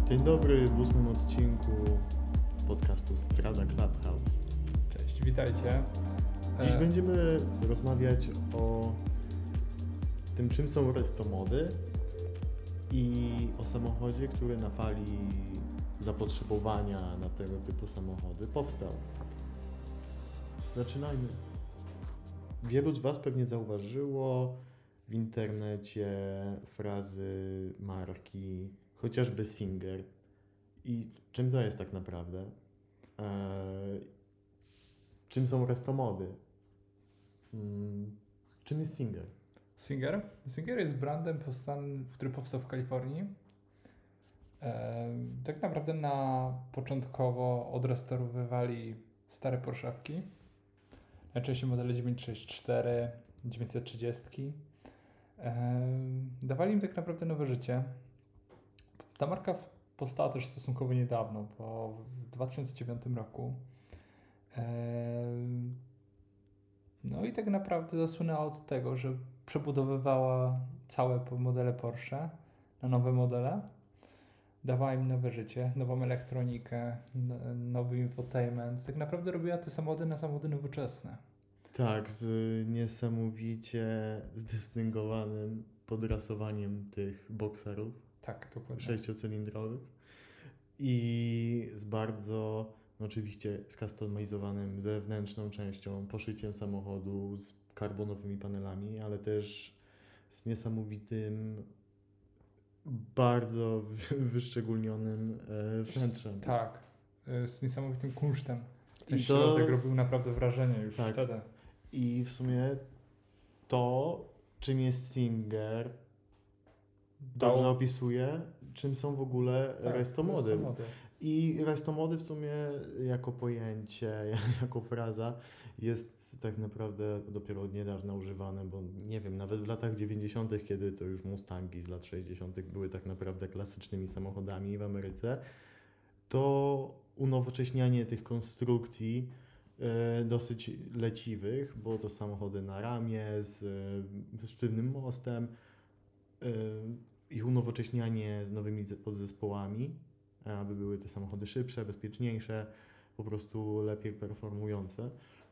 Dzień dobry w 8 odcinku podcastu Strada Clubhouse. Cześć, witajcie. Dziś będziemy rozmawiać o tym, czym są restomody i o samochodzie, który na fali zapotrzebowania na tego typu samochody powstał. Zaczynajmy. Wielu z Was pewnie zauważyło w internecie frazy marki chociażby Singer. I czym to jest tak naprawdę? Czym są restomody? Czym jest Singer? Singer jest brandem, który powstał w Kalifornii. Tak naprawdę początkowo odrestaurowywali stare Porszewki, najczęściej modele 964, 930. Dawali im tak naprawdę nowe życie. Ta marka powstała też stosunkowo niedawno, bo w 2009 roku. No i tak naprawdę zasłynęła od tego, że przebudowywała całe modele Porsche na nowe modele. Dawała im nowe życie, nową elektronikę, nowy infotainment. Tak naprawdę robiła te samochody na samochody nowoczesne. Tak, z niesamowicie zdystyngowanym podrasowaniem tych bokserów. Tak, dokładnie. 6-cylindrowych i z bardzo, oczywiście skustomizowanym zewnętrzną częścią, poszyciem samochodu, z karbonowymi panelami, ale też z niesamowitym, bardzo wyszczególnionym wnętrzem. Tak, z niesamowitym kunsztem. Ten I środek robił naprawdę wrażenie już tak. wtedy. I w sumie to, czym jest Singer, dobrze opisuje, czym są w ogóle restomody. I restomody w sumie jako pojęcie, jako fraza jest tak naprawdę dopiero od niedawna używane, bo nie wiem, nawet w latach 90., kiedy to już Mustangi z lat 60. były tak naprawdę klasycznymi samochodami w Ameryce, to unowocześnianie tych konstrukcji dosyć leciwych, bo to samochody na ramię z sztywnym mostem, ich unowocześnianie z nowymi podzespołami, aby były te samochody szybsze, bezpieczniejsze, po prostu lepiej performujące,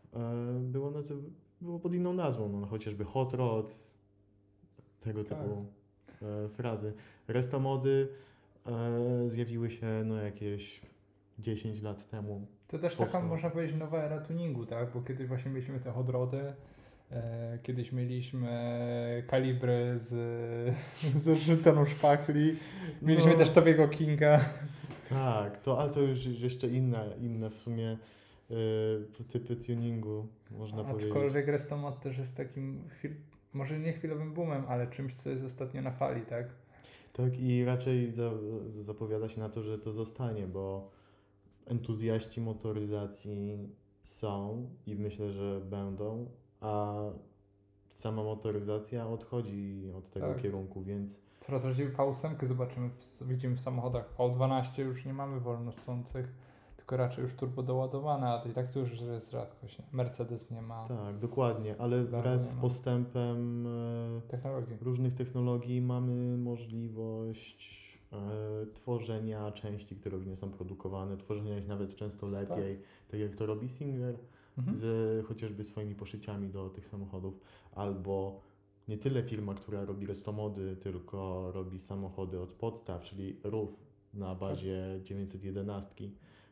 było pod inną nazwą, no, chociażby hot rod, tego typu frazy. Restomody zjawiły się jakieś 10 lat temu. To też taka, można powiedzieć, nowa era tuningu, tak? Bo kiedyś właśnie mieliśmy te hot rody, kiedyś mieliśmy kalibry z żetoną szpachli, mieliśmy też Tobiego Kinga. Tak, ale to już jeszcze inne w sumie typy tuningu, można powiedzieć. Aczkolwiek restomod też jest takim, może nie chwilowym boomem, ale czymś, co jest ostatnio na fali, tak? Tak, i raczej zapowiada się na to, że to zostanie, bo entuzjaści motoryzacji są i myślę, że będą, a sama motoryzacja odchodzi od tego kierunku, więc... Coraz rzadziej V8 widzimy w samochodach V12, już nie mamy wolnossących, tylko raczej już turbo doładowane, a to i tak to już jest rzadkość. Nie? Mercedes nie ma. Tak, dokładnie, ale wraz z postępem różnych technologii mamy możliwość tworzenia części, które już nie są produkowane, tworzenia ich nawet często lepiej, tak jak to robi Singer, z chociażby swoimi poszyciami do tych samochodów, albo nie tyle firma, która robi restomody, tylko robi samochody od podstaw, czyli RUF na bazie 911.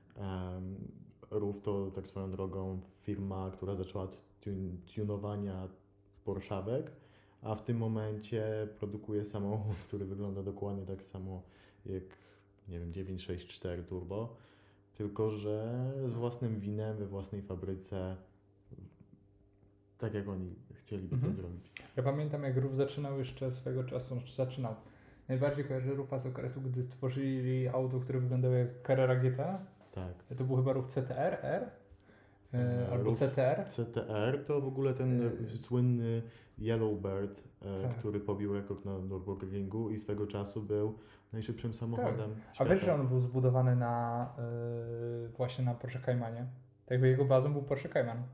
RUF to tak swoją drogą firma, która zaczęła od tunowania Porszawek, a w tym momencie produkuje samochód, który wygląda dokładnie tak samo jak, nie wiem, 964 Turbo, tylko że z własnym winem, we własnej fabryce, tak jak oni chcieliby to zrobić. Ja pamiętam, jak RUF zaczynał jeszcze swego czasu, najbardziej kojarzę RUFa z okresu, gdy stworzyli auto, które wyglądało jak Carrera GT. Tak. To był chyba RUF CTR, albo RUF CTR. CTR to w ogóle ten słynny Yellowbird, który pobił rekord na Nürburgringu i swego czasu był najszybszym samochodem świata. A wiesz, że on był zbudowany właśnie na Porsche Caymanie? Tak jakby jego bazą był Porsche Cayman.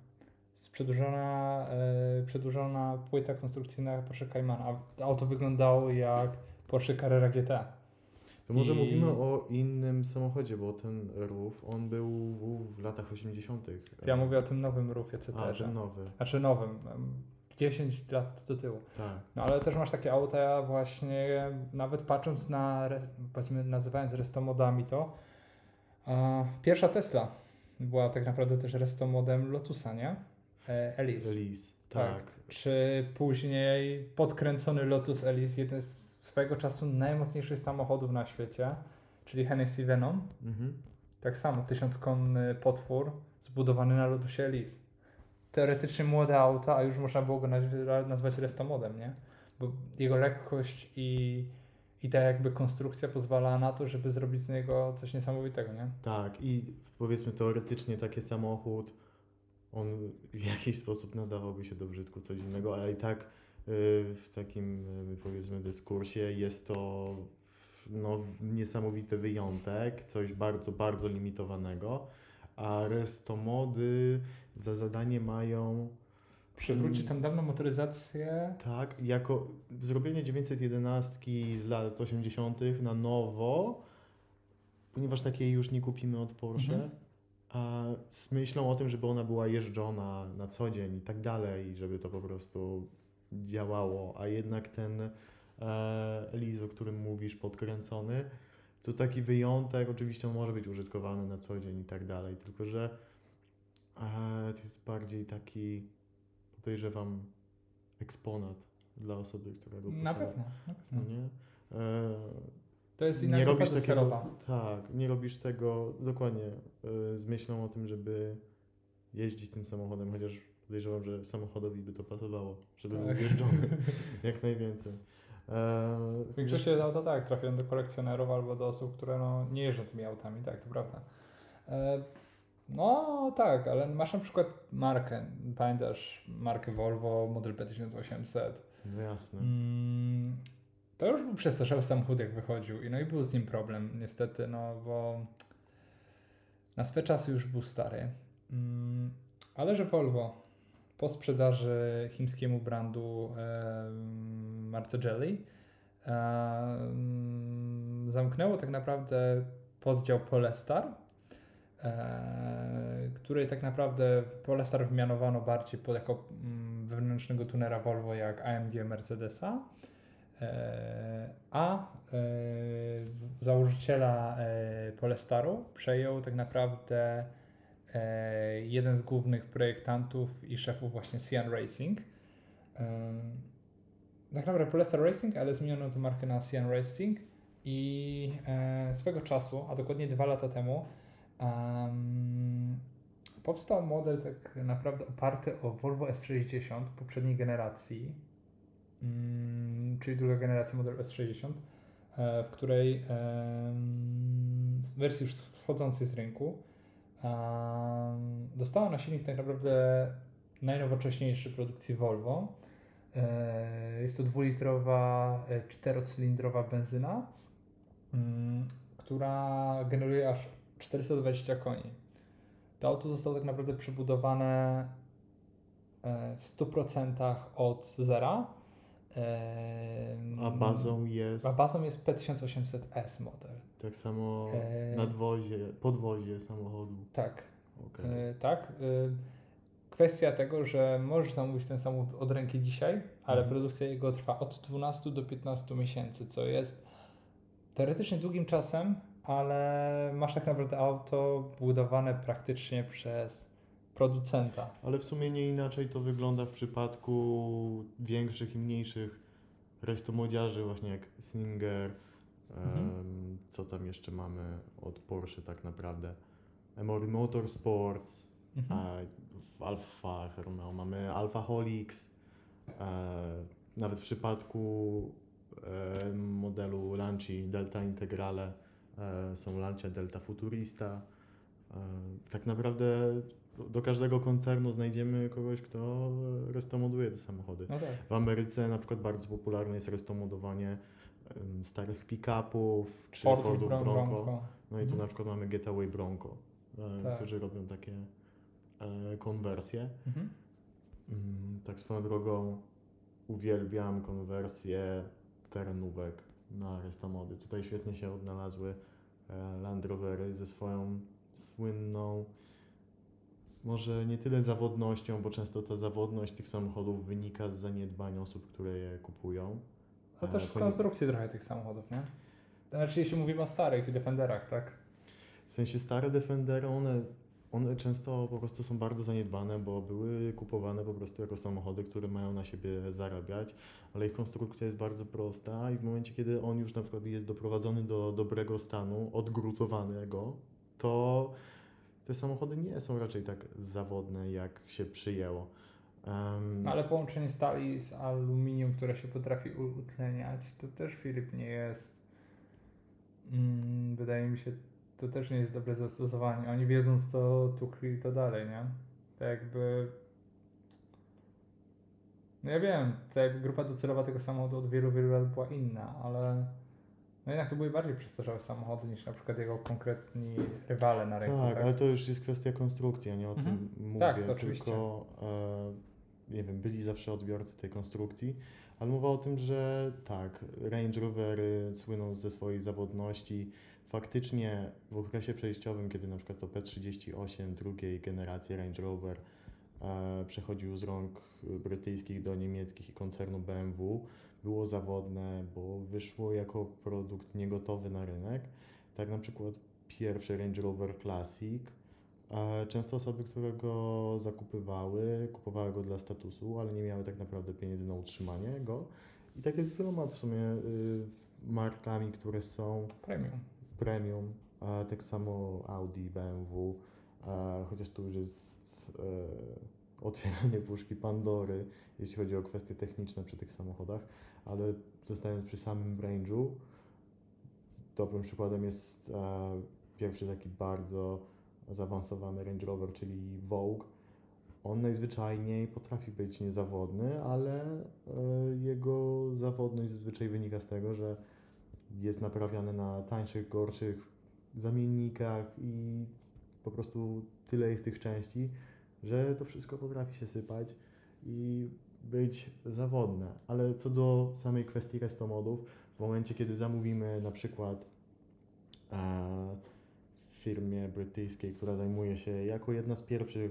Przedłużona płyta konstrukcyjna Porsche Cayman, a auto wyglądało jak Porsche Carrera GT. To może mówimy o innym samochodzie, bo ten RUF, on był w latach 80. Ja mówię o tym nowym RUFie CTR-ze. Ten nowy. Znaczy nowym, 10 lat do tyłu. Tak. No ale też masz takie auta właśnie, nawet patrząc na, powiedzmy nazywając restomodami to, pierwsza Tesla była tak naprawdę też restomodem Lotusa, nie? Elise. Elise, tak. Czy później podkręcony Lotus Elise, jeden z swego czasu najmocniejszych samochodów na świecie, czyli Hennessy Venom. Tak samo, 1000-konny potwór zbudowany na Lotusie Elise. Teoretycznie młode auto, a już można było go nazwać restomodem, nie? Bo jego lekkość i ta jakby konstrukcja pozwala na to, żeby zrobić z niego coś niesamowitego, nie? Tak, i powiedzmy teoretycznie taki samochód, on w jakiś sposób nadawałby się do użytku coś innego, ale i tak w takim powiedzmy dyskursie jest to niesamowity wyjątek, coś bardzo, bardzo limitowanego, a restomody za zadanie mają przywrócić tam dawną motoryzację. Tak, jako zrobienie 911 z lat 80. na nowo, ponieważ takiej już nie kupimy od Porsche, a z myślą o tym, żeby ona była jeżdżona na co dzień i tak dalej, żeby to po prostu działało, a jednak ten Elise, o którym mówisz, podkręcony, to taki wyjątek, oczywiście on może być użytkowany na co dzień i tak dalej, tylko że to jest bardziej taki, podejrzewam, eksponat dla osoby, która go posiada. Na pewno. Nie? To jest inna grupa docelowa. Tak, nie robisz tego dokładnie z myślą o tym, żeby jeździć tym samochodem, chociaż podejrzewam, że samochodowi by to pasowało, żeby był jeżdżony jak najwięcej. W większości auta tak, trafiają do kolekcjonerów albo do osób, które nie jeżdżą tymi autami, tak, to prawda. No tak, ale masz na przykład markę, pamiętasz markę Volvo, model P1800? No jasne. To już był przestarzały samochód jak wychodził i był z nim problem niestety, bo na swe czasy już był stary. Ale że Volvo po sprzedaży chińskiemu brandu Marcegeli zamknęło tak naprawdę poddział Polestar, który tak naprawdę Polestar wymianowano bardziej jako wewnętrznego tunera Volvo jak AMG Mercedesa, a założyciela Polestaru przejął tak naprawdę jeden z głównych projektantów i szefów właśnie Sian Racing. Tak naprawdę Polestar Racing, ale zmieniono tę markę na Sian Racing i swego czasu, a dokładnie 2 lata temu, powstał model tak naprawdę oparty o Volvo S60 poprzedniej generacji, czyli druga generacja modelu S60, w której w wersji już wschodzącej z rynku dostała na silnik tak naprawdę najnowocześniejszy produkcji Volvo. Jest to 2-litrowa, 4-cylindrowa benzyna, która generuje aż 420 koni. To auto zostało tak naprawdę przebudowane w 100% od zera. A bazą jest? A bazą jest P1800S model. Tak samo podwozie samochodu. Tak. Okay. Tak. Kwestia tego, że możesz zamówić ten samochód od ręki dzisiaj, ale produkcja jego trwa od 12 do 15 miesięcy, co jest teoretycznie długim czasem, ale masz tak naprawdę auto budowane praktycznie przez producenta. Ale w sumie nie inaczej to wygląda w przypadku większych i mniejszych restomodziarzy, właśnie jak Singer, co tam jeszcze mamy od Porsche tak naprawdę, Emory Motorsports, w Alfa Romeo mamy Alfaholics, nawet w przypadku modelu Lancia Delta Integrale są Lancia Delta Futurista. Tak naprawdę do każdego koncernu znajdziemy kogoś, kto restomoduje te samochody. No tak. W Ameryce na przykład bardzo popularne jest restomodowanie starych pick-upów czy Fordów Bronco. No i tu na przykład mamy Getaway Bronco, którzy robią takie konwersje. Tak swoją drogą uwielbiam konwersje terenówek na restomody. Tutaj świetnie się odnalazły Land Rovery ze swoją słynną, może nie tyle zawodnością, bo często ta zawodność tych samochodów wynika z zaniedbań osób, które je kupują. No też z konstrukcji trochę tych samochodów, nie? Znaczy jeśli mówimy o starych Defenderach, tak? W sensie stare Defendery, one często po prostu są bardzo zaniedbane, bo były kupowane po prostu jako samochody, które mają na siebie zarabiać, ale ich konstrukcja jest bardzo prosta i w momencie, kiedy on już na przykład jest doprowadzony do dobrego stanu, odgrucowanego, to te samochody nie są raczej tak zawodne, jak się przyjęło. No ale połączenie stali z aluminium, które się potrafi utleniać, to też, Filip, nie jest, wydaje mi się, to też nie jest dobre zastosowanie. Oni wiedząc to, tukli to dalej, nie? Tak jakby, no ja wiem, ta jakby grupa docelowa tego samochodu od wielu, wielu lat była inna, ale no jednak to były bardziej przestarzałe samochody niż na przykład jego konkretni rywale na rynku. Tak, ale to już jest kwestia konstrukcji, a nie o tym mówię, tak, to oczywiście. tylko nie wiem, byli zawsze odbiorcy tej konstrukcji, ale mowa o tym, że tak, Range Rovery słyną ze swojej zawodności. Faktycznie w okresie przejściowym, kiedy na przykład to P38 drugiej generacji Range Rover przechodził z rąk brytyjskich do niemieckich i koncernu BMW, było zawodne, bo wyszło jako produkt niegotowy na rynek. Tak na przykład pierwszy Range Rover Classic. Często osoby, które go kupowały go dla statusu, ale nie miały tak naprawdę pieniędzy na utrzymanie go. I tak jest z wieloma w sumie markami, które są premium. Tak samo Audi, BMW, chociaż tu już jest otwieranie puszki Pandory, jeśli chodzi o kwestie techniczne przy tych samochodach, ale zostając przy samym range'u, dobrym przykładem jest pierwszy taki bardzo zaawansowany Range Rover, czyli Vogue. On najzwyczajniej potrafi być niezawodny, ale jego zawodność zazwyczaj wynika z tego, że jest naprawiany na tańszych, gorszych zamiennikach i po prostu tyle jest tych części, że to wszystko potrafi się sypać i być zawodne. Ale co do samej kwestii restomodów, w momencie, kiedy zamówimy na przykład firmie brytyjskiej, która zajmuje się jako jedna z pierwszych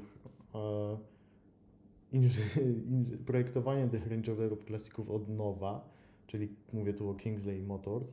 projektowaniem tych Range Roverów klasików od nowa, czyli mówię tu o Kingsley Motors,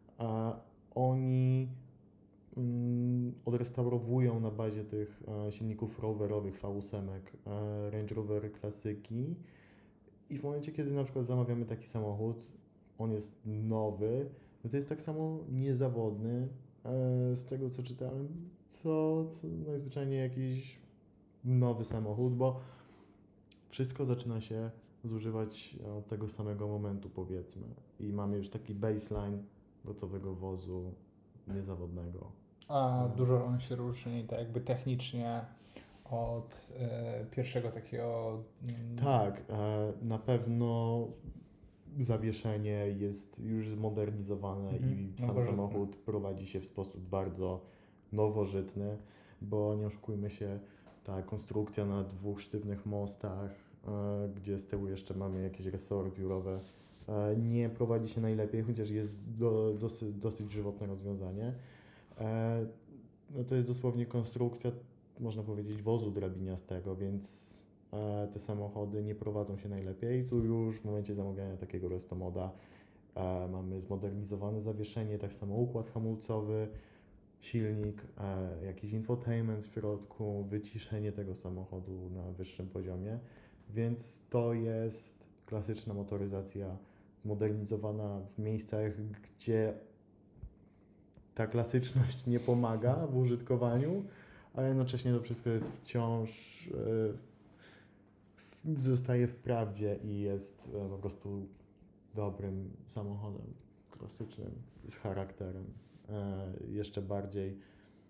oni odrestaurowują na bazie tych silników rowerowych V8 Range Rover klasyki i w momencie, kiedy na przykład zamawiamy taki samochód, on jest nowy, no to jest tak samo niezawodny, z tego co czytałem, co najzwyczajniej jakiś nowy samochód, bo wszystko zaczyna się zużywać od tego samego momentu, powiedzmy, i mamy już taki baseline gotowego wozu niezawodnego. A dużo on się różni tak jakby technicznie od pierwszego takiego... Tak, na pewno zawieszenie jest już zmodernizowane i sam samochód prowadzi się w sposób bardzo nowożytny, bo nie oszukujmy się, ta konstrukcja na dwóch sztywnych mostach, gdzie z tyłu jeszcze mamy jakieś resory biurowe, nie prowadzi się najlepiej, chociaż jest dosyć żywotne rozwiązanie. No to jest dosłownie konstrukcja, można powiedzieć, wozu drabiniastego, więc te samochody nie prowadzą się najlepiej. Tu już w momencie zamawiania takiego restomoda mamy zmodernizowane zawieszenie, tak samo układ hamulcowy, silnik, jakiś infotainment w środku, wyciszenie tego samochodu na wyższym poziomie, więc to jest klasyczna motoryzacja zmodernizowana w miejscach, gdzie ta klasyczność nie pomaga w użytkowaniu, a jednocześnie to wszystko jest wciąż zostaje w prawdzie i jest po prostu dobrym samochodem klasycznym z charakterem. Jeszcze bardziej,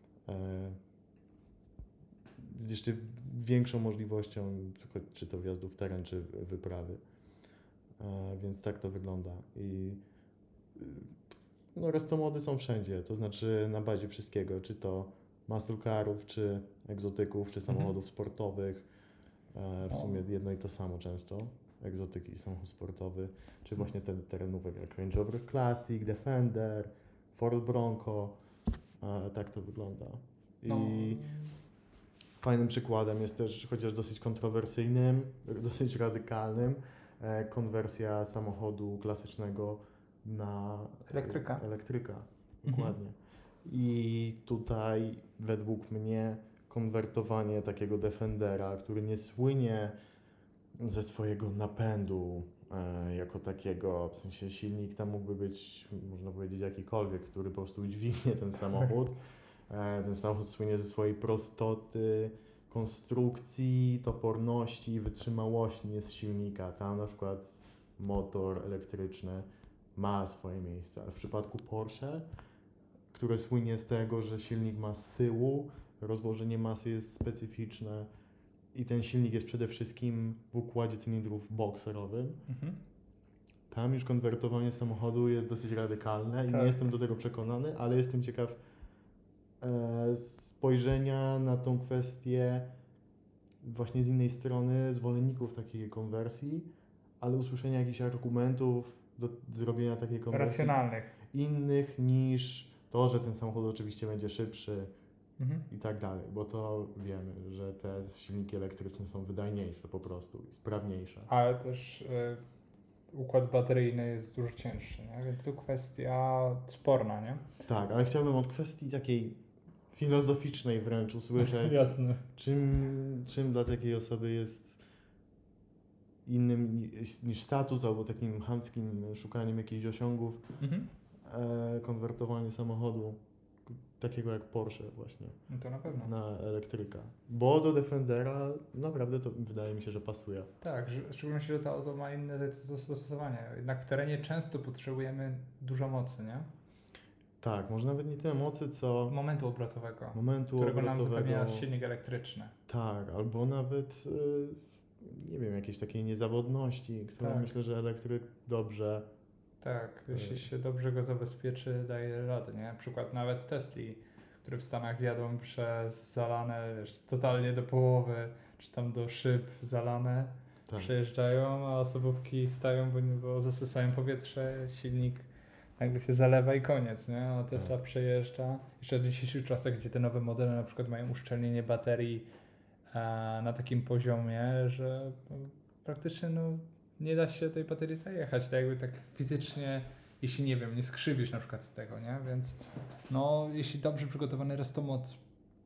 z jeszcze większą możliwością, czy to wjazdu w teren, czy wyprawy. Więc tak to wygląda. I no, restomody są wszędzie, to znaczy na bazie wszystkiego, czy to muscle carów, czy egzotyków, czy samochodów sportowych. W sumie jedno i to samo często. egzotyki, samochód sportowy, czy właśnie te terenówek jak Range Rover Classic, Defender, Ford Bronco, tak to wygląda. I fajnym przykładem jest też, chociaż dosyć kontrowersyjnym, dosyć radykalnym, konwersja samochodu klasycznego na elektryka. Dokładnie. I tutaj według mnie konwertowanie takiego Defendera, który nie słynie ze swojego napędu jako takiego, w sensie silnik tam mógłby być, można powiedzieć, jakikolwiek, który po prostu dźwignie ten samochód. Ten samochód słynie ze swojej prostoty, konstrukcji, toporności i wytrzymałości nie z silnika. Tam na przykład motor elektryczny ma swoje miejsce, ale w przypadku Porsche, które słynie z tego, że silnik ma z tyłu, rozłożenie masy jest specyficzne i ten silnik jest przede wszystkim w układzie cylindrów bokserowym. Tam już konwertowanie samochodu jest dosyć radykalne i nie jestem do tego przekonany, ale jestem ciekaw spojrzenia na tą kwestię właśnie z innej strony, zwolenników takiej konwersji, ale usłyszenia jakichś argumentów do zrobienia takiej konwersji racjonalnych, innych niż to, że ten samochód oczywiście będzie szybszy i tak dalej, bo to wiemy, że te silniki elektryczne są wydajniejsze po prostu i sprawniejsze. Ale też układ bateryjny jest dużo cięższy, nie? Więc to kwestia sporna, nie? Tak, ale chciałbym od kwestii takiej filozoficznej wręcz usłyszeć, Jasne. czym dla takiej osoby jest innym niż status albo takim chamskim szukaniem jakichś osiągów, konwertowanie samochodu takiego jak Porsche właśnie No to na pewno. na elektryka. Bo do Defendera naprawdę to wydaje mi się, że pasuje. Tak, w szczególności, że to auto ma inne zastosowanie. Jednak w terenie często potrzebujemy dużo mocy, nie? Tak, może nawet nie tyle mocy, co momentu obrotowego, którego obrotowego, nam zapewnia silnik elektryczny. Tak, albo nawet nie wiem, jakiejś takiej niezawodności, którą myślę, że elektryk dobrze... Tak, jeśli się dobrze go zabezpieczy, daje radę, nie? Na przykład nawet Tesli, które w Stanach jadą przez zalane, wiesz, totalnie do połowy, czy tam do szyb zalane, przejeżdżają, a osobówki stają, bo zasysają powietrze, silnik nagle się zalewa i koniec, nie? A Tesla przejeżdża. Jeszcze w dzisiejszych czasach, gdzie te nowe modele na przykład mają uszczelnienie baterii na takim poziomie, że praktycznie nie da się tej baterii zajechać, tak jakby tak fizycznie, jeśli nie wiem, nie skrzywisz na przykład tego, nie? Więc jeśli dobrze przygotowany restomod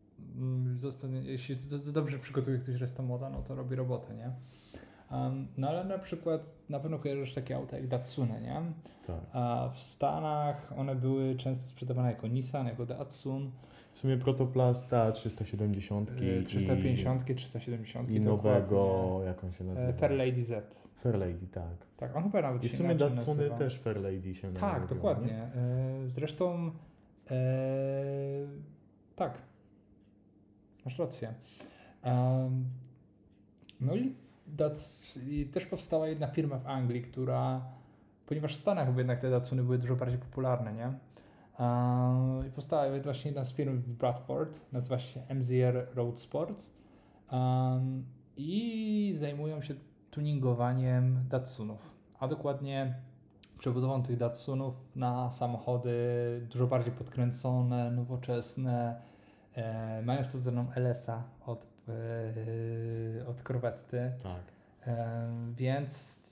jeśli dobrze przygotuje ktoś restomoda, to robi robotę, nie? Ale na przykład na pewno kojarzysz takie auta jak Datsuny, nie? Tak. A w Stanach one były często sprzedawane jako Nissan, jako Datsun. W sumie Protoplasta 370 350, 370 i nowego, jak on się nazywa? Fairlady Z. Fairlady, tak. Tak, on chyba nawet i w sumie Datsuny też Fairlady się nazywa. Tak, dokładnie. Zresztą tak, masz rację. I też powstała jedna firma w Anglii, która, ponieważ w Stanach jednak te Datsuny były dużo bardziej popularne, nie? I powstała właśnie jedna z firm w Bradford, nazywa się MZR Road Sports i zajmują się tuningowaniem Datsunów, a dokładnie przebudową tych Datsunów na samochody dużo bardziej podkręcone, nowoczesne, mają stosowną LS-a od Corvetty. Tak. Więc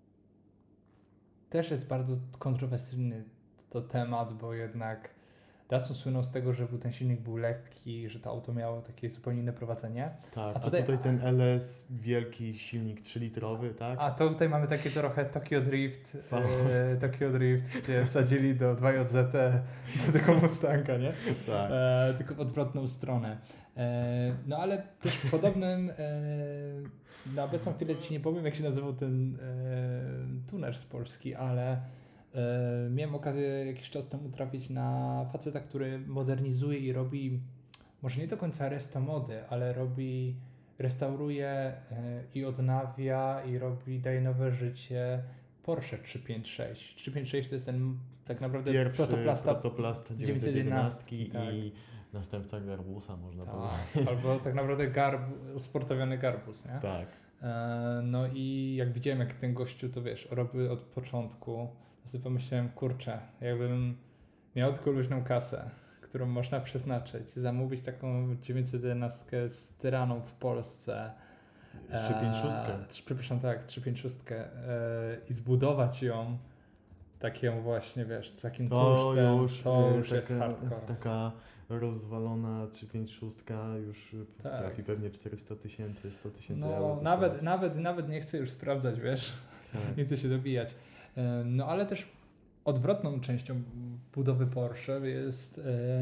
też jest bardzo kontrowersyjny to temat, bo jednak Datsun słynął z tego, że ten silnik był lekki, że to auto miało takie zupełnie inne prowadzenie. Tak, a tutaj ten LS, wielki silnik 3-litrowy, tak? A to tutaj mamy takie trochę Tokyo Drift, gdzie wsadzili do 2JZ do tego Mustanga, nie? Tak. Tylko w odwrotną stronę. Ale też podobnym, na obecną chwilę Ci nie powiem, jak się nazywał ten tuner z Polski, ale miałem okazję jakiś czas temu trafić na faceta, który modernizuje i robi, może nie do końca restomody, ale restauruje i odnawia i daje nowe życie Porsche 356. 356 to jest ten tak naprawdę pierwszy Protoplasta 911 i następca Garbusa, można powiedzieć. Albo tak naprawdę usportowiony Garbus, nie? Tak. No i jak widziałem, jak ten gościu to wiesz, robił od początku, to sobie pomyślałem, kurczę, jakbym miał tylko luźną kasę, którą można przeznaczyć, zamówić taką 911 z Tyraną w Polsce. 356. Przepraszam, tak, 356 i zbudować ją taką właśnie, wiesz, takim kosztem, to już jest hardcore. Taka rozwalona 356 już trafi pewnie 400 000, 100 000 euro. Nawet nie chcę już sprawdzać, wiesz, tak. Nie chcę się dobijać. No ale też odwrotną częścią budowy Porsche jest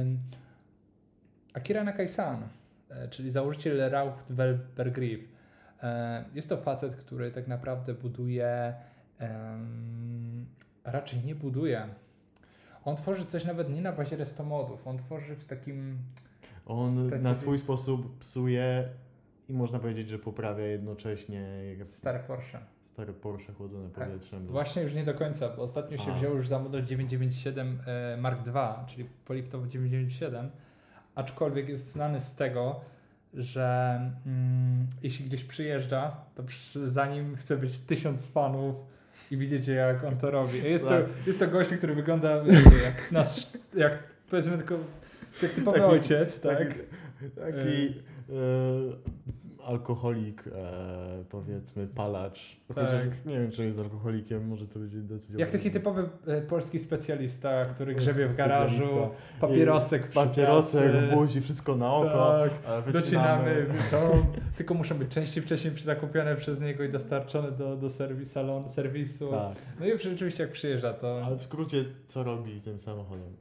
Akira Nakai-san, czyli założyciel Rauch-Welber-Griff. Jest to facet, który tak naprawdę buduje, raczej nie buduje. On tworzy coś nawet nie na bazie restomodów, on tworzy w takim... On na swój sposób psuje i można powiedzieć, że poprawia jednocześnie stare Porsche chłodzone powietrzem. Właśnie już nie do końca, bo ostatnio się wziął już za model 997 Mark II, czyli poliftowy 997, aczkolwiek jest znany z tego, że jeśli gdzieś przyjeżdża, to za nim chce być 1000 fanów i widzicie, jak on to robi. Jest to gość, który wygląda jak powiedzmy tylko jak typowy ojciec, tak? Taki alkoholik, powiedzmy, palacz. Chociaż nie wiem, czy jest alkoholikiem, może to będzie dosyć... Jak taki typowy polski specjalista, który grzebie w garażu, papierosek w buzi, wszystko na oko. Tak, docinamy to, tylko muszą być części wcześniej zakupione przez niego i dostarczone do serwisu. Tak. No i oczywiście jak przyjeżdża to... Ale w skrócie, co robi tym samochodem?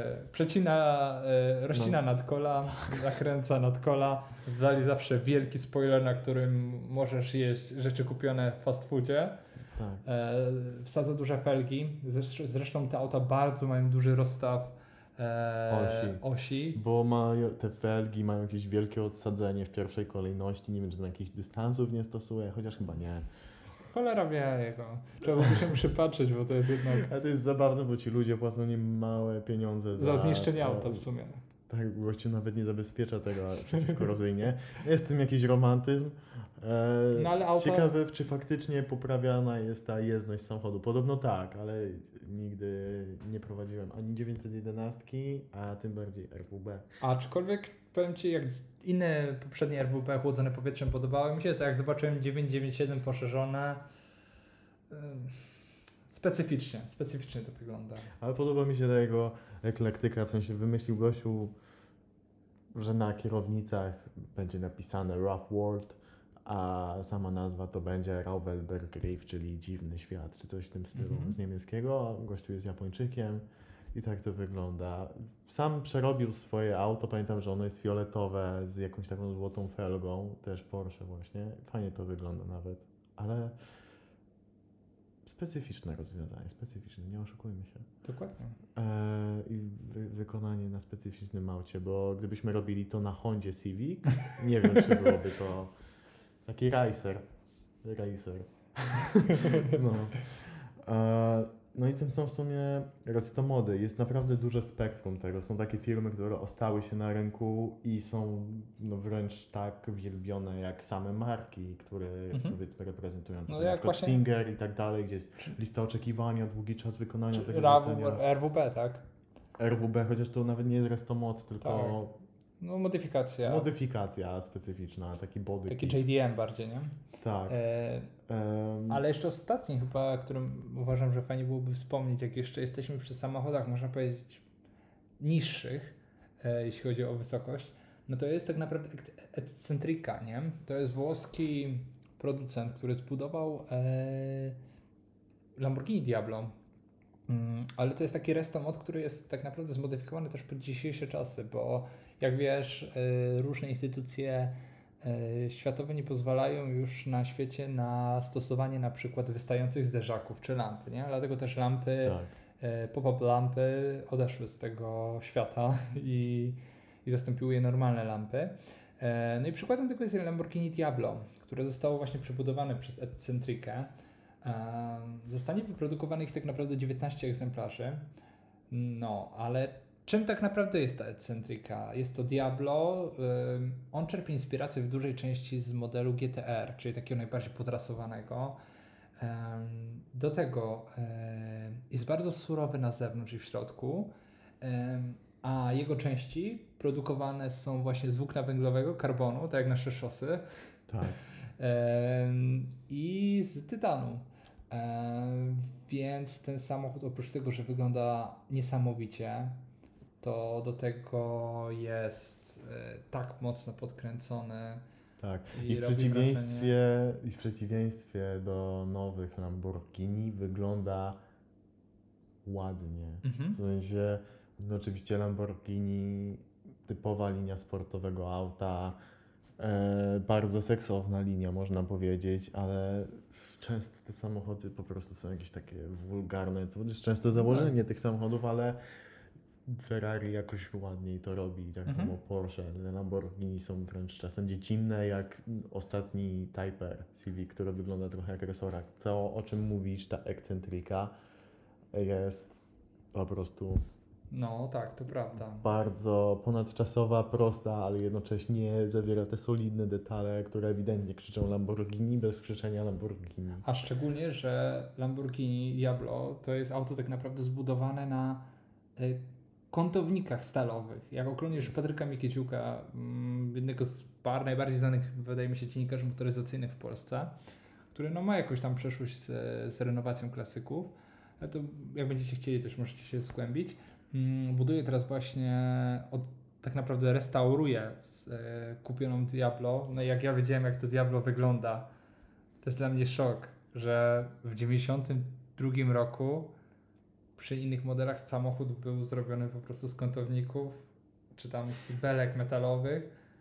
Rozcina nadkola, nakręca nadkola, dali zawsze wielki spoiler, na którym możesz jeść rzeczy kupione w fast foodzie. Tak. Wsadza duże felgi, zresztą te auta bardzo mają duży rozstaw osi. Bo te felgi mają jakieś wielkie odsadzenie w pierwszej kolejności, nie wiem, czy tam jakichś dystansów nie stosuje, chociaż chyba nie. Cholera wie jego. Trzeba by się przypatrzeć, bo to jest jednak... Ale to jest zabawne, bo ci ludzie płacą niemałe pieniądze za zniszczenie auta w sumie. Tak, gościu nawet nie zabezpiecza tego przeciwkorozyjnie. Jest w tym jakiś romantyzm. No, ale auto... Ciekawe, czy faktycznie poprawiana jest ta jezdność samochodu. Podobno tak, ale nigdy nie prowadziłem ani 911, a tym bardziej RWB. Aczkolwiek powiem Ci, jak inne poprzednie RWB chłodzone powietrzem podobały mi się, to jak zobaczyłem 997 poszerzone, specyficznie to wygląda. Ale podoba mi się ta jego eklektyka, w sensie wymyślił gościu, że na kierownicach będzie napisane Rough World, a sama nazwa to będzie Rauch-Welber-Griff, czyli dziwny świat, czy coś w tym stylu z niemieckiego, a gościu jest Japończykiem i tak to wygląda. Sam przerobił swoje auto, pamiętam, że ono jest fioletowe z jakąś taką złotą felgą, też Porsche właśnie, fajnie to wygląda nawet, ale specyficzne rozwiązanie, nie oszukujmy się. Dokładnie. I wykonanie na specyficznym aucie, bo gdybyśmy robili to na Hondzie Civic, nie wiem, czy byłoby to taki racer. No. No i tym są w sumie restomody. Jest naprawdę duże spektrum tego. Są takie firmy, które ostały się na rynku i są wręcz tak wielbione jak same marki, które powiedzmy reprezentują. No na przykład właśnie... Singer i tak dalej, gdzie jest lista oczekiwania, długi czas wykonania tego zlecenia. RWB, tak? RWB, chociaż to nawet nie jest restomod, tylko... Tak. No modyfikacja. Modyfikacja specyficzna, taki body Taki JDM bardziej, nie? Tak. Ale jeszcze ostatni chyba, którym uważam, że fajnie byłoby wspomnieć, jak jeszcze jesteśmy przy samochodach, można powiedzieć, niższych, jeśli chodzi o wysokość, no to jest tak naprawdę Eccentrica, nie? To jest włoski producent, który zbudował Lamborghini Diablo. Ale to jest taki restomod, który jest tak naprawdę zmodyfikowany też pod dzisiejsze czasy, bo jak wiesz, różne instytucje światowe nie pozwalają już na świecie na stosowanie na przykład wystających zderzaków czy lampy, nie? Dlatego też lampy, pop-up lampy odeszły z tego świata i zastąpiły je normalne lampy. No i przykładem tego jest Lamborghini Diablo, które zostało właśnie przebudowane przez Eccentricę. Zostanie wyprodukowanych tak naprawdę 19 egzemplarzy, no ale Czym tak naprawdę jest ta Eccentrica? Jest to Diablo. On czerpie inspirację w dużej części z modelu GTR, czyli takiego najbardziej podrasowanego. Do tego jest bardzo surowy na zewnątrz i w środku, a jego części produkowane są właśnie z włókna węglowego, karbonu, tak jak nasze szosy, Tak. i z tytanu. Więc ten samochód oprócz tego, że wygląda niesamowicie, to do tego jest tak mocno podkręcony. Tak. I W przeciwieństwie do nowych Lamborghini wygląda ładnie. W sensie, no oczywiście Lamborghini, typowa linia sportowego auta, bardzo seksowna linia, można powiedzieć, ale często te samochody po prostu są jakieś takie wulgarne, co jest często założenie tych samochodów, ale Ferrari jakoś ładniej to robi, tak samo Porsche, Lamborghini są wręcz czasem dziecinne, jak ostatni Type R Civic, który wygląda trochę jak resorak. To, o czym mówisz, ta Eccentrica jest po prostu No tak, to prawda. bardzo ponadczasowa, prosta, ale jednocześnie zawiera te solidne detale, które ewidentnie krzyczą Lamborghini bez krzyczenia Lamborghini. A szczególnie, że Lamborghini Diablo to jest auto tak naprawdę zbudowane na kątownikach stalowych. Jak oglądasz Patryka Mikiedziuka, jednego z najbardziej znanych, wydaje mi się, dziennikarzy motoryzacyjnych w Polsce, który no, ma jakąś tam przeszłość z renowacją klasyków, ale to jak będziecie chcieli, też możecie się zgłębić. Buduje teraz właśnie, tak naprawdę restauruje kupioną Diablo. No i jak ja wiedziałem, jak to Diablo wygląda, to jest dla mnie szok, że w 92 roku przy innych modelach samochód był zrobiony po prostu z kątowników, czy tam z belek metalowych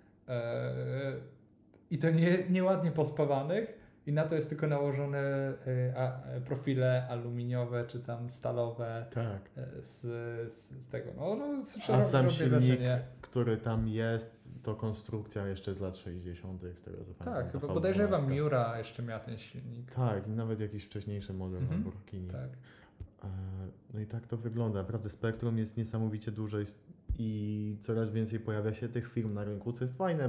i to nieładnie pospawanych i na to jest tylko nałożone profile aluminiowe, czy tam stalowe tak. z tego. No, a sam silnik, który tam jest, to konstrukcja jeszcze z lat 60. z tego co pamiętam. Tak, chyba podejrzewam Miura jeszcze miała ten silnik. Tak, i nawet jakiś wcześniejszy model Lamborghini. Tak. No i tak to wygląda. Naprawdę spektrum jest niesamowicie duże i coraz więcej pojawia się tych firm na rynku, co jest fajne,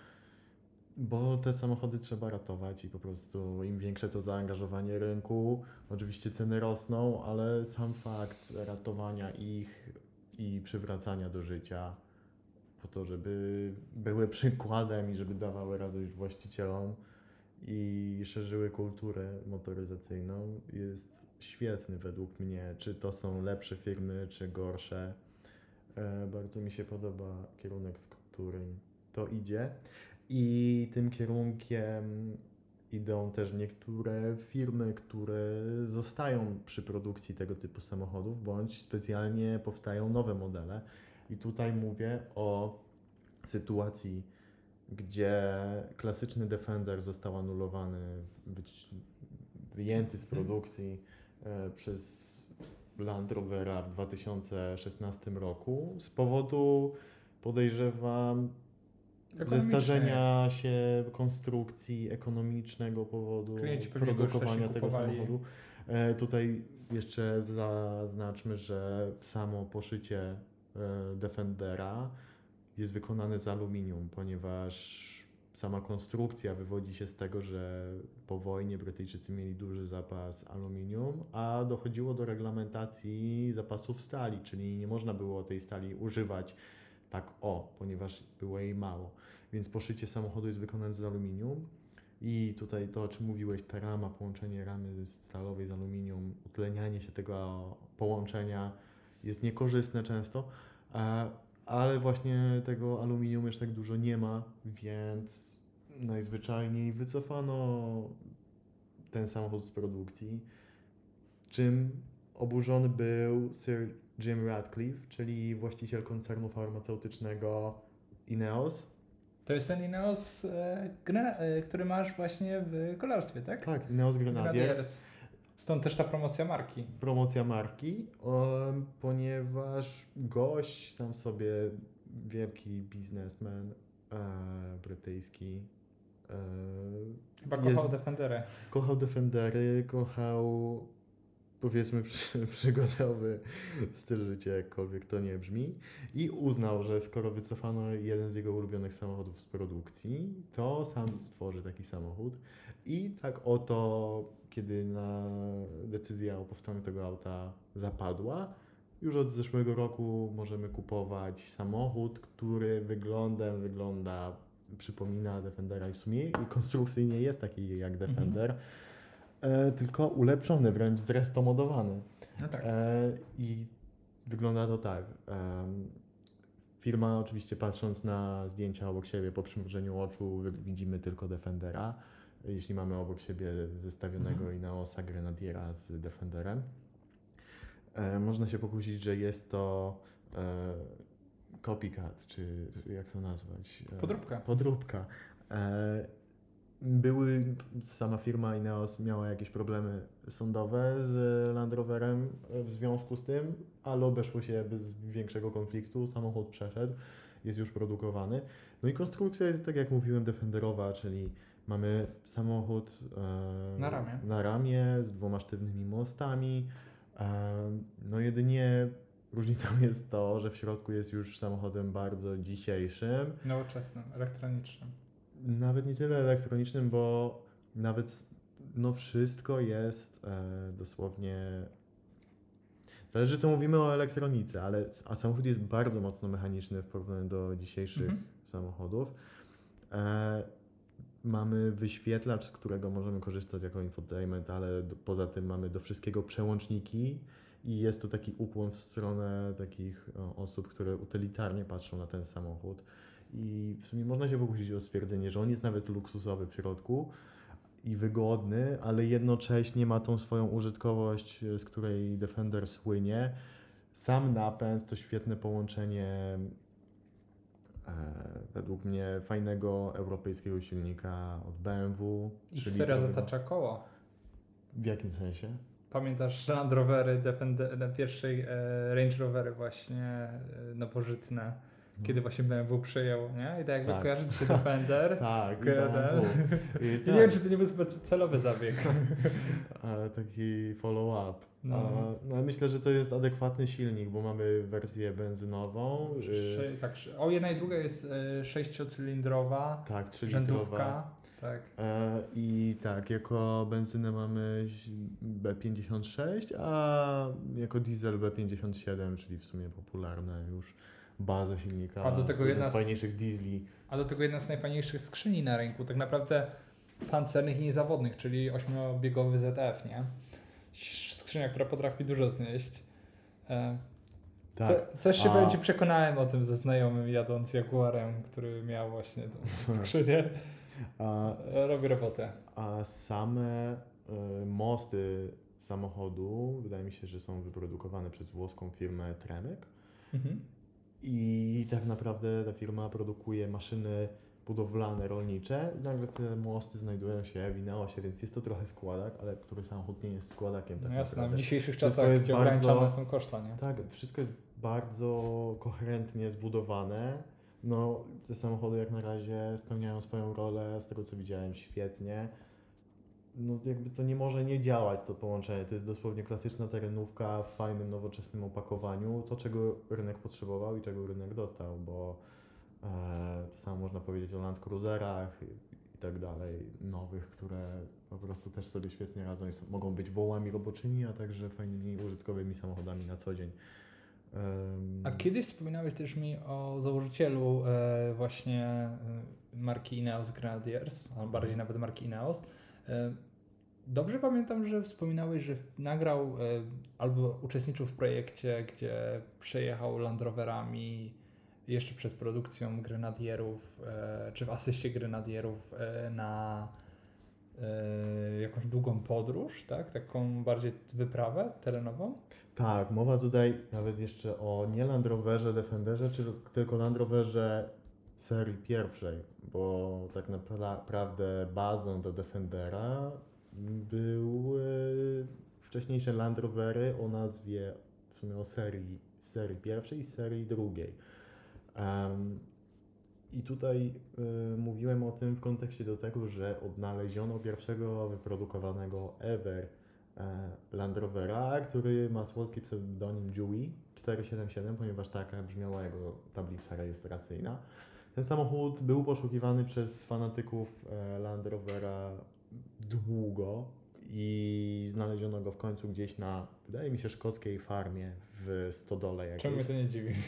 bo te samochody trzeba ratować i po prostu im większe to zaangażowanie rynku, oczywiście ceny rosną, ale sam fakt ratowania ich i przywracania do życia po to, żeby były przykładem i żeby dawały radość właścicielom i szerzyły kulturę motoryzacyjną, jest świetny według mnie. Czy to są lepsze firmy, czy gorsze. Bardzo mi się podoba kierunek, w którym to idzie. I tym kierunkiem idą też niektóre firmy, które zostają przy produkcji tego typu samochodów, bądź specjalnie powstają nowe modele. I tutaj mówię o sytuacji, gdzie klasyczny Defender został anulowany, wyjęty z produkcji przez Land Rovera w 2016 roku z powodu, podejrzewam, zestarzenia się konstrukcji, ekonomicznego powodu produkowania tego samochodu. Tutaj jeszcze zaznaczmy, że samo poszycie Defendera jest wykonane z aluminium, ponieważ sama konstrukcja wywodzi się z tego, że po wojnie Brytyjczycy mieli duży zapas aluminium, a dochodziło do reglamentacji zapasów stali, czyli nie można było tej stali używać tak ponieważ było jej mało. Więc poszycie samochodu jest wykonane z aluminium i tutaj to, o czym mówiłeś, ta rama, połączenie ramy stalowej z aluminium, utlenianie się tego połączenia jest niekorzystne często, ale właśnie tego aluminium już tak dużo nie ma, więc najzwyczajniej wycofano ten samochód z produkcji, czym oburzony był Sir Jim Ratcliffe, czyli właściciel koncernu farmaceutycznego Ineos. To jest ten Ineos, który masz właśnie w kolarstwie, tak? Tak, Ineos Grenadiers. Stąd też ta promocja marki. Promocja marki, ponieważ gość sam sobie, wielki biznesmen brytyjski. Chyba kochał Defendery. Kochał Defendery, kochał powiedzmy przygodowy styl życia, jakkolwiek to nie brzmi, i uznał, że skoro wycofano jeden z jego ulubionych samochodów z produkcji, to sam stworzy taki samochód. I tak oto, kiedy decyzja o powstaniu tego auta zapadła, już od zeszłego roku możemy kupować samochód, który wygląda, przypomina Defendera i w sumie i konstrukcyjnie jest taki jak Defender, tylko ulepszony, wręcz zrestomodowany. No tak. I wygląda to tak. Firma oczywiście, patrząc na zdjęcia obok siebie po przymrużeniu oczu, widzimy tylko Defendera. Jeśli mamy obok siebie zestawionego Ineosa Grenadiera z Defenderem. Można się pokusić, że jest to copycat, czy jak to nazwać? Podróbka. Sama firma Ineos miała jakieś problemy sądowe z Land Roverem w związku z tym, ale obeszło się bez większego konfliktu, samochód przeszedł, jest już produkowany. No i konstrukcja jest, tak jak mówiłem, defenderowa, czyli mamy samochód na ramię z 2 sztywnymi mostami. No jedynie różnicą jest to, że w środku jest już samochodem bardzo dzisiejszym. Nowoczesnym, elektronicznym. Nawet nie tyle elektronicznym, bo nawet wszystko jest dosłownie... Zależy, co mówimy o elektronice, a samochód jest bardzo mocno mechaniczny w porównaniu do dzisiejszych samochodów. Mamy wyświetlacz, z którego możemy korzystać jako infotainment, ale poza tym mamy do wszystkiego przełączniki i jest to taki ukłon w stronę takich osób, które utylitarnie patrzą na ten samochód. I w sumie można się pokusić o stwierdzenie, że on jest nawet luksusowy w środku i wygodny, ale jednocześnie ma tą swoją użytkowość, z której Defender słynie. Sam napęd to świetne połączenie według mnie fajnego europejskiego silnika od BMW. I seria zatacza koło. W jakim sensie? Pamiętasz Land Rovery, pierwszej Range Rovery właśnie nowożytne, kiedy właśnie BMW przyjął, nie? I tak jakby kojarzy się Defender. Tak, Nie wiem, czy to nie był celowy zabieg. Taki follow-up. No, myślę, że to jest adekwatny silnik, bo mamy wersję benzynową. Jedna i druga jest 6-cylindrowa, tak, 3-litrowa. rzędówka. Tak. I tak, jako benzynę mamy B56, a jako diesel B57, czyli w sumie popularne już baza silnika. A do tego jedna z fajniejszych diesli. A do tego jedna z najfajniejszych skrzyni na rynku, tak naprawdę pancernych i niezawodnych, czyli 8-biegowy ZF, nie? Skrzynia, która potrafi dużo znieść. Coś się będzie przekonałem o tym ze znajomym jadąc Jaguarem, który miał właśnie tą skrzynię. Robi robotę. A same mosty samochodu wydaje mi się, że są wyprodukowane przez włoską firmę Tremec. I tak naprawdę ta firma produkuje maszyny budowlane, rolnicze i nagle te mosty znajdują się w Ineosie, więc jest to trochę składak, ale który samochód nie jest składakiem. Tak jasne, naprawdę. w dzisiejszych czasach, gdzie ograniczone są koszta, nie? Tak, wszystko jest bardzo koherentnie zbudowane. No, te samochody jak na razie spełniają swoją rolę, z tego co widziałem, świetnie. No jakby to nie może nie działać, to połączenie. To jest dosłownie klasyczna terenówka w fajnym, nowoczesnym opakowaniu. To, czego rynek potrzebował i czego rynek dostał, bo to samo można powiedzieć o Land Cruiserach i tak dalej, nowych, które po prostu też sobie świetnie radzą i mogą być wołami roboczymi, a także fajnymi, użytkowymi samochodami na co dzień. A kiedyś wspominałeś też mi o założycielu właśnie marki Ineos Grenadiers, a bardziej nawet marki Ineos. Dobrze pamiętam, że wspominałeś, że nagrał albo uczestniczył w projekcie, gdzie przejechał Land Roverami jeszcze przed produkcją Grenadierów, czy w asyście Grenadierów na jakąś długą podróż, tak? Taką bardziej wyprawę terenową? Tak, mowa tutaj nawet jeszcze o nie Land Roverze Defenderze, tylko Land Roverze serii pierwszej, bo tak naprawdę bazą do Defendera były wcześniejsze Land Rovery o nazwie, w sumie o serii pierwszej i serii drugiej. I tutaj mówiłem o tym w kontekście do tego, że odnaleziono pierwszego wyprodukowanego ever Land Rovera, który ma słodki pseudonim Dewey 477, ponieważ taka brzmiała jego tablica rejestracyjna. Ten samochód był poszukiwany przez fanatyków Land Rovera długo i znaleziono go w końcu gdzieś na, wydaje mi się, szkockiej farmie w stodole jakiejś. Czemu mnie to nie dziwi?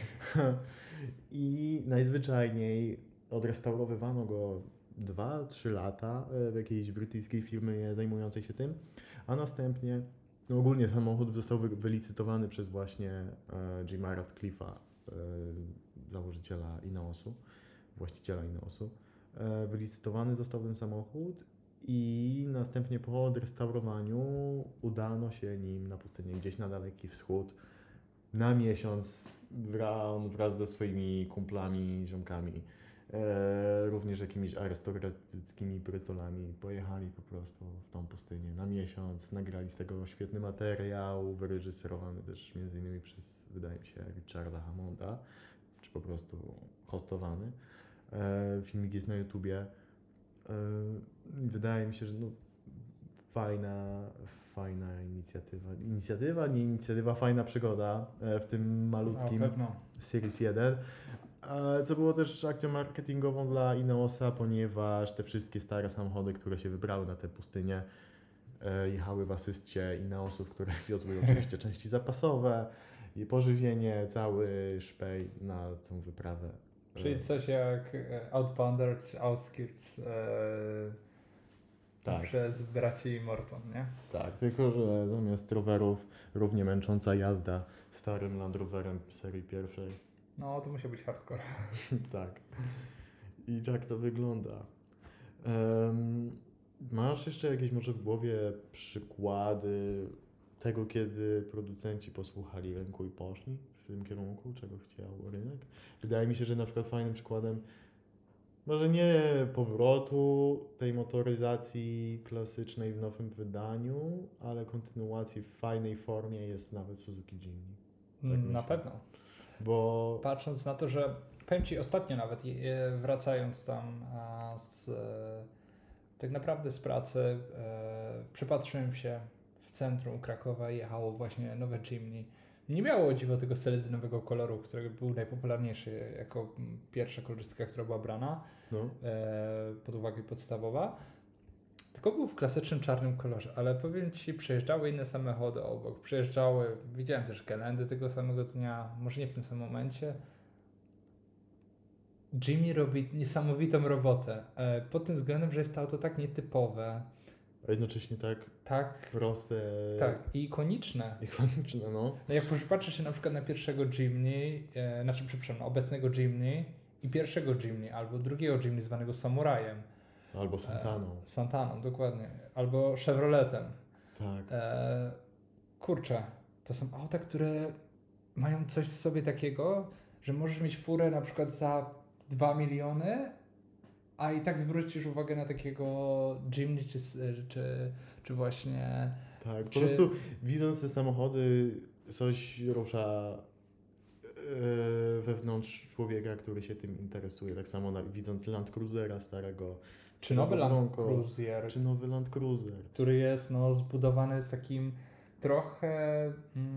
I najzwyczajniej odrestaurowywano go 2-3 lata w jakiejś brytyjskiej firmie zajmującej się tym, a następnie ogólnie samochód został wylicytowany przez właśnie Jima Ratcliffe'a, założyciela Ineosu, właściciela Ineosu. Wylicytowany został ten samochód i następnie po odrestaurowaniu udano się nim na pustynię gdzieś na Daleki Wschód na miesiąc wraz ze swoimi kumplami, ziomkami, również jakimiś arystokratyckimi brytolami. Pojechali po prostu w tą pustynię na miesiąc, nagrali z tego świetny materiał, wyreżyserowany też m.in. przez, wydaje mi się, Richarda Hammonda, czy po prostu hostowany. Filmik jest na YouTubie. Wydaje mi się, że fajna inicjatywa, fajna przygoda w tym malutkim Series 1. Co było też akcją marketingową dla Ineosa, ponieważ te wszystkie stare samochody, które się wybrały na tę pustynię, jechały w asyście Ineosów, które wiozły oczywiście części zapasowe i pożywienie, cały szpej na tą wyprawę. Czyli coś jak Outbander czy Outskirts tak. Przez braci Morton, nie? Tak, tylko że zamiast rowerów równie męcząca jazda starym Land Roverem serii pierwszej. No, to musiał być hardcore. Tak. I jak to wygląda? Masz jeszcze jakieś może w głowie przykłady tego, kiedy producenci posłuchali rynku i poszli w tym kierunku, czego chciał rynek? Wydaje mi się, że na przykład fajnym przykładem może nie powrotu tej motoryzacji klasycznej w nowym wydaniu, ale kontynuacji w fajnej formie jest nawet Suzuki Jimny. Tak na pewno. Bo patrząc na to, że powiem Ci ostatnio nawet wracając tam tak naprawdę z pracy, przypatrzyłem się w centrum Krakowa i jechało właśnie nowe Jimny. Nie miało o dziwo tego seledynowego koloru, który był najpopularniejszy jako pierwsza kolorystyka, która była brana pod uwagę podstawowa. Tylko był w klasycznym czarnym kolorze, ale powiem Ci, przejeżdżały inne samochody obok, widziałem też Gelendy tego samego dnia, może nie w tym samym momencie. Jimny robi niesamowitą robotę, pod tym względem, że jest to auto tak nietypowe. A jednocześnie tak proste. Tak, i ikoniczne. No. Jak patrzysz się na przykład na pierwszego Jimny, obecnego Jimny i pierwszego Jimny, albo drugiego Jimny zwanego Samurajem. Albo Santaną. Santaną, dokładnie. Albo Chevroletem. Tak. Kurczę, to są auta, które mają coś w sobie takiego, że możesz mieć furę na przykład za 2 miliony, a i tak zwrócisz uwagę na takiego Jimny czy właśnie... Tak, po prostu widząc te samochody coś rusza wewnątrz człowieka, który się tym interesuje. Tak samo widząc Land Cruisera starego, czy nowy Land Cruiser, który jest zbudowany z takim trochę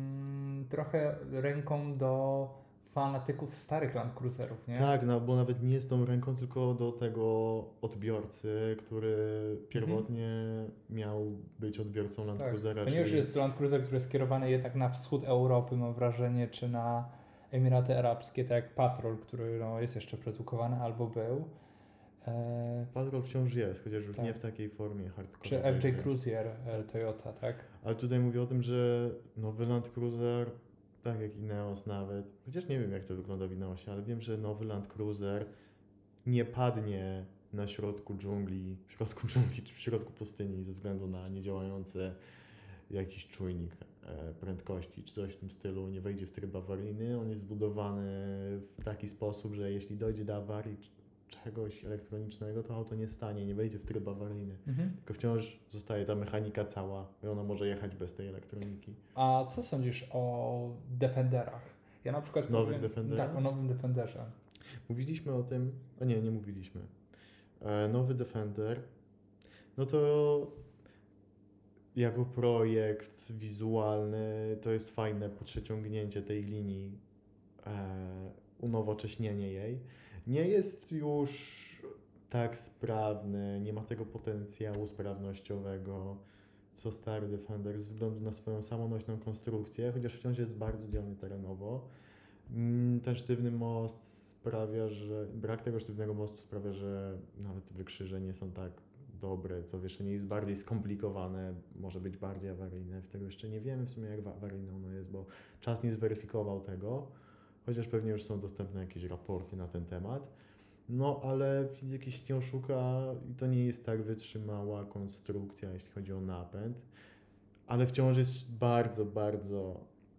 ręką do fanatyków starych Land Cruiserów, nie? Tak, bo nawet nie z tą ręką, tylko do tego odbiorcy, który pierwotnie miał być odbiorcą Land Cruisera. To nie już jest Land Cruiser, który jest skierowany jednak na wschód Europy, mam wrażenie, czy na Emiraty Arabskie, tak jak Patrol, który jest jeszcze produkowany albo był. Patrol wciąż jest, chociaż już nie w takiej formie hardcore. Czy FJ Cruiser Toyota, tak? Ale tutaj mówię o tym, że nowy Land Cruiser, tak jak Ineos nawet, chociaż nie wiem jak to wygląda w Ineosie, ale wiem, że nowy Land Cruiser nie padnie na środku dżungli czy w środku pustyni ze względu na niedziałający jakiś czujnik prędkości czy coś w tym stylu, nie wejdzie w tryb awaryjny. On jest zbudowany w taki sposób, że jeśli dojdzie do awarii czegoś elektronicznego, to auto nie stanie, nie wejdzie w tryb awaryjny. Tylko wciąż zostaje ta mechanika cała i ona może jechać bez tej elektroniki. A co sądzisz o Defenderach? Ja na przykład Defenderach? Tak, o nowym Defenderze. Mówiliśmy o tym, nie mówiliśmy. Nowy Defender, no to jako projekt wizualny to jest fajne podciągnięcie tej linii, unowocześnienie jej. Nie jest już tak sprawny, nie ma tego potencjału sprawnościowego co stary Defender ze względu na swoją samonośną konstrukcję, chociaż wciąż jest bardzo działny terenowo. Ten sztywny most sprawia, że brak tego sztywnego mostu sprawia, że nawet wykrzyże nie są tak dobre, co wieszenie jest bardziej skomplikowane, może być bardziej awaryjne. Tego jeszcze nie wiemy w sumie, jak awaryjne ono jest, bo czas nie zweryfikował tego, chociaż pewnie już są dostępne jakieś raporty na ten temat. No, ale fizyki się nie oszuka i to nie jest tak wytrzymała konstrukcja, jeśli chodzi o napęd, ale wciąż jest bardzo, bardzo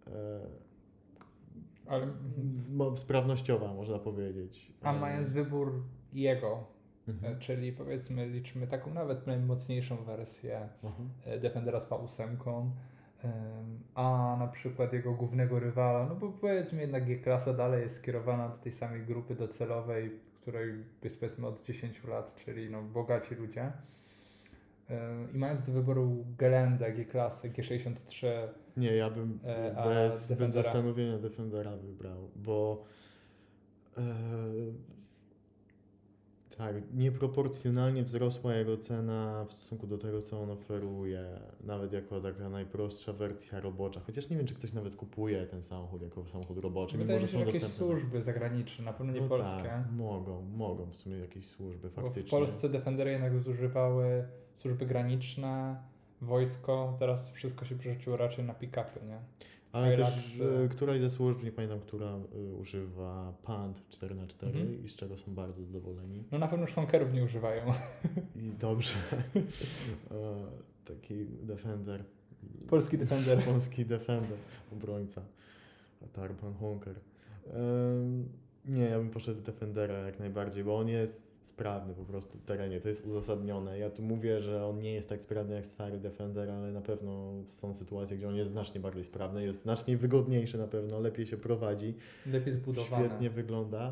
sprawnościowa, można powiedzieć. A mając wybór jego, czyli powiedzmy liczmy taką nawet najmocniejszą wersję Defendera z V8, a na przykład jego głównego rywala, no bo powiedzmy jednak G-klasa dalej jest skierowana do tej samej grupy docelowej, której jest powiedzmy od 10 lat, czyli no bogaci ludzie. I mając do wyboru Gelendę, G-klasy, G63. Nie, ja bym bez zastanowienia Defendera wybrał, bo tak, nieproporcjonalnie wzrosła jego cena w stosunku do tego, co on oferuje, nawet jako taka najprostsza wersja robocza. Chociaż nie wiem, czy ktoś nawet kupuje ten samochód jako samochód roboczy. Wydaje mi się, że jakieś służby zagraniczne, na pewno nie polskie. Tak, mogą w sumie jakieś służby faktycznie. Bo w Polsce Defendery jednak zużywały służby graniczne, wojsko, teraz wszystko się przerzuciło raczej na pick-upy, nie? Ale też któraś ze służb, nie pamiętam, która używa PANT 4x4 i z czego są bardzo zadowoleni. No na pewno szwankerów nie używają. I dobrze. Taki Defender. Polski Defender. Polski Defender, obrońca. Tarpan Honker. Nie, ja bym poszedł Defendera jak najbardziej, bo on jest sprawny po prostu w terenie, to jest uzasadnione. Ja tu mówię, że on nie jest tak sprawny jak stary Defender, ale na pewno są sytuacje, gdzie on jest znacznie bardziej sprawny, jest znacznie wygodniejszy na pewno, lepiej się prowadzi. Lepiej zbudowany. Świetnie wygląda.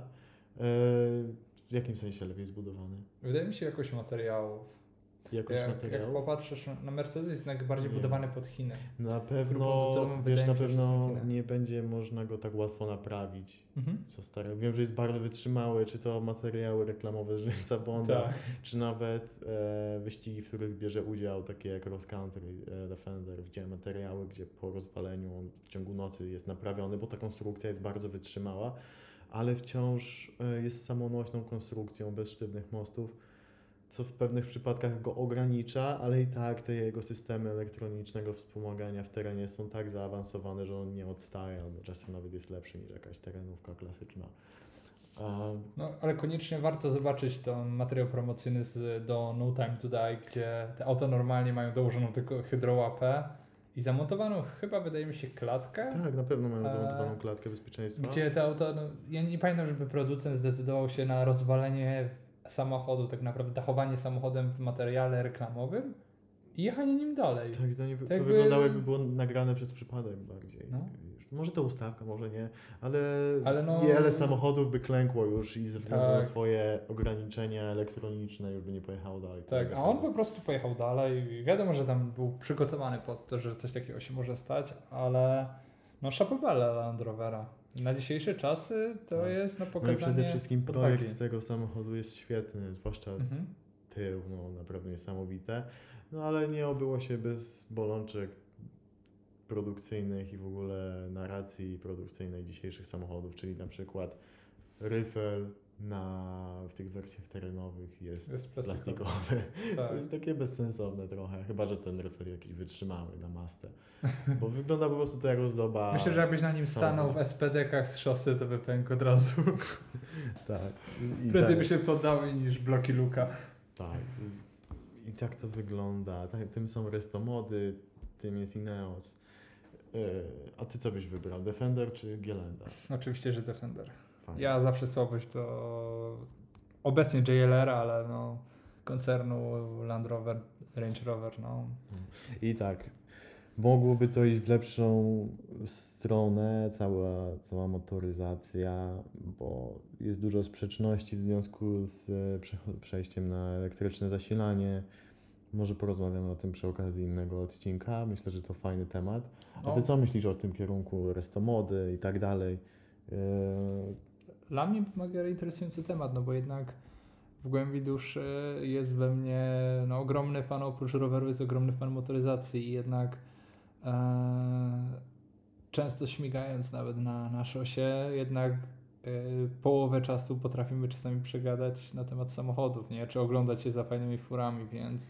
W jakim sensie lepiej zbudowany? Wydaje mi się jakość materiałów. Jak popatrzysz na Mercedes, jest jednak bardziej budowany pod Chiny. Na pewno, nie będzie można go tak łatwo naprawić, co stare. Wiem, że jest bardzo wytrzymały, czy to materiały reklamowe z Jamesa Bonda, czy nawet wyścigi, w których bierze udział, takie jak Cross Country Defender, gdzie materiały, gdzie po rozwaleniu on w ciągu nocy jest naprawiony, bo ta konstrukcja jest bardzo wytrzymała, ale wciąż jest samonośną konstrukcją, bez sztywnych mostów, co w pewnych przypadkach go ogranicza, ale i tak te jego systemy elektronicznego wspomagania w terenie są tak zaawansowane, że on nie odstaje, albo czasem nawet jest lepszy niż jakaś terenówka klasyczna. No, ale koniecznie warto zobaczyć ten materiał promocyjny do No Time to Die, gdzie te auta normalnie mają dołożoną tylko hydrołapę i zamontowaną chyba, wydaje mi się, klatkę. Tak, na pewno mają zamontowaną klatkę bezpieczeństwa. Gdzie te auta, ja nie pamiętam, żeby producent zdecydował się na rozwalenie samochodu, tak naprawdę dachowanie samochodem w materiale reklamowym i jechanie nim dalej. Tak, to wyglądało jakby było nagrane przez przypadek bardziej. No. Może to ustawka, może nie, ale wiele samochodów by klękło już i ze względu na swoje ograniczenia elektroniczne już by nie pojechało dalej. Tak, a on po prostu pojechał dalej. Wiadomo, że tam był przygotowany pod to, że coś takiego się może stać, ale no chapeau bas dla Land Rovera. Na dzisiejsze czasy to jest pokazanie. No i przede wszystkim projekt tego samochodu jest świetny, zwłaszcza tył, naprawdę niesamowite. No ale nie obyło się bez bolączek produkcyjnych i w ogóle narracji produkcyjnej dzisiejszych samochodów, czyli na przykład ryfel w tych wersjach terenowych jest plastikowy. Tak. To jest takie bezsensowne trochę, chyba że ten ryfel jakiś wytrzymały na masce, bo wygląda po prostu to jak ozdoba. Myślę, że jakbyś na nim stanął w SPD-kach z szosy, to by pękł od razu. Tak. Prędzej by się poddały niż bloki Luka. Tak. I tak to wygląda. Tym są restomody, tym jest Ineos. A ty co byś wybrał? Defender czy Gelenda? Oczywiście, że Defender. Fajnie. Ja zawsze słabość to obecnie JLR, ale koncernu Land Rover, Range Rover. I tak, mogłoby to iść w lepszą stronę, cała motoryzacja, bo jest dużo sprzeczności w związku z przejściem na elektryczne zasilanie. Może porozmawiamy o tym przy okazji innego odcinka. Myślę, że to fajny temat. A ty co myślisz o tym kierunku restomody i tak dalej? Dla mnie mega interesujący temat, no bo jednak w głębi duszy jest we mnie ogromny fan, oprócz roweru jest ogromny fan motoryzacji i jednak często śmigając nawet na szosie, jednak połowę czasu potrafimy czasami przegadać na temat samochodów, nie? Czy oglądać się za fajnymi furami, więc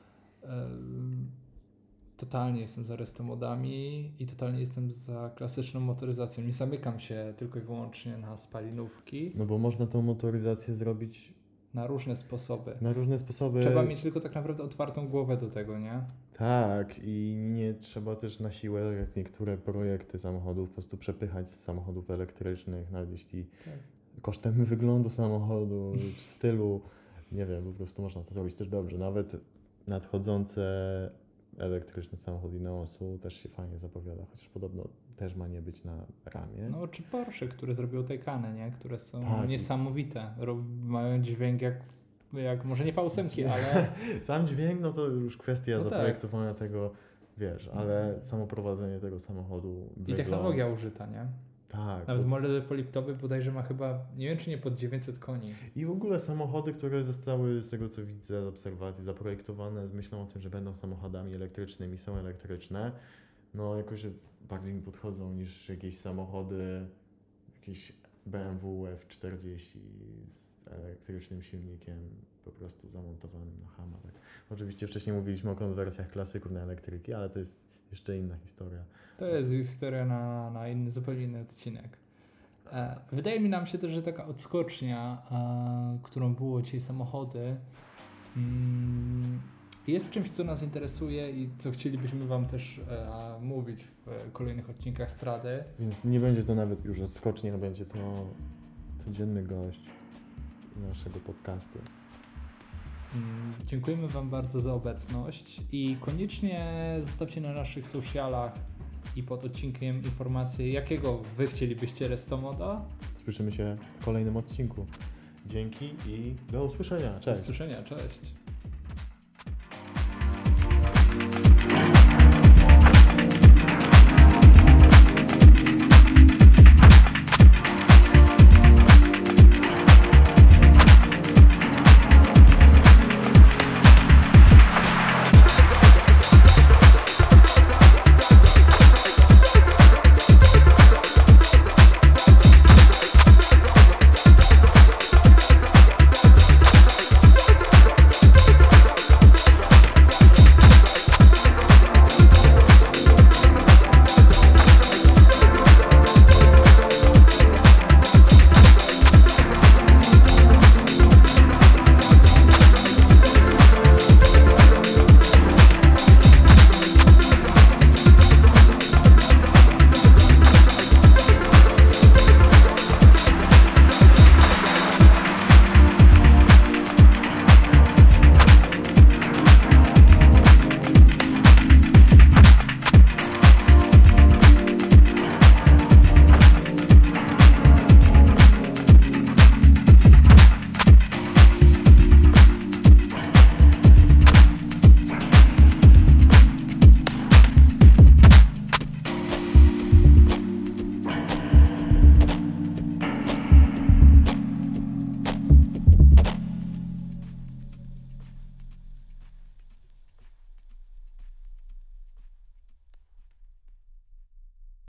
totalnie jestem za restomodami i totalnie jestem za klasyczną motoryzacją. Nie zamykam się tylko i wyłącznie na spalinówki. No bo można tą motoryzację zrobić na różne sposoby. Na różne sposoby. Trzeba mieć tylko tak naprawdę otwartą głowę do tego, nie? Tak, i nie trzeba też na siłę, jak niektóre projekty samochodów, po prostu przepychać z samochodów elektrycznych, nawet jeśli kosztem wyglądu samochodu, stylu, nie wiem, po prostu można to zrobić też dobrze. Nawet nadchodzące elektryczne samochody Ineosu też się fajnie zapowiada, chociaż podobno też ma nie być na ramie. No czy Porsche, które zrobią Taycany, nie? Które są niesamowite. Mają dźwięk jak może nie V8, ale... Sam dźwięk, no to już kwestia zaprojektowania tego, wiesz, ale samo prowadzenie tego samochodu... I technologia użyta, nie? Tak. Nawet model poliptowy bodajże ma chyba, nie wiem czy nie pod 900 koni. I w ogóle samochody, które zostały, z tego co widzę z obserwacji, zaprojektowane z myślą o tym, że będą samochodami elektrycznymi, są elektryczne, no jakoś bardziej mi podchodzą niż jakieś samochody, jakieś BMW F40 z elektrycznym silnikiem po prostu zamontowanym na hamarach. Oczywiście wcześniej mówiliśmy o konwersjach klasyków na elektryki, ale to jest jeszcze inna historia. To jest historia na inny, zupełnie inny odcinek. Wydaje mi nam się też, że taka odskocznia, którą było dzisiaj samochody, jest czymś, co nas interesuje i co chcielibyśmy Wam też mówić w kolejnych odcinkach Strady. Więc nie będzie to nawet już odskocznia, będzie to codzienny gość naszego podcastu. Dziękujemy Wam bardzo za obecność i koniecznie zostawcie na naszych socialach i pod odcinkiem informację, jakiego Wy chcielibyście restomoda. Słyszymy się w kolejnym odcinku. Dzięki i do usłyszenia. Cześć. Do usłyszenia, cześć.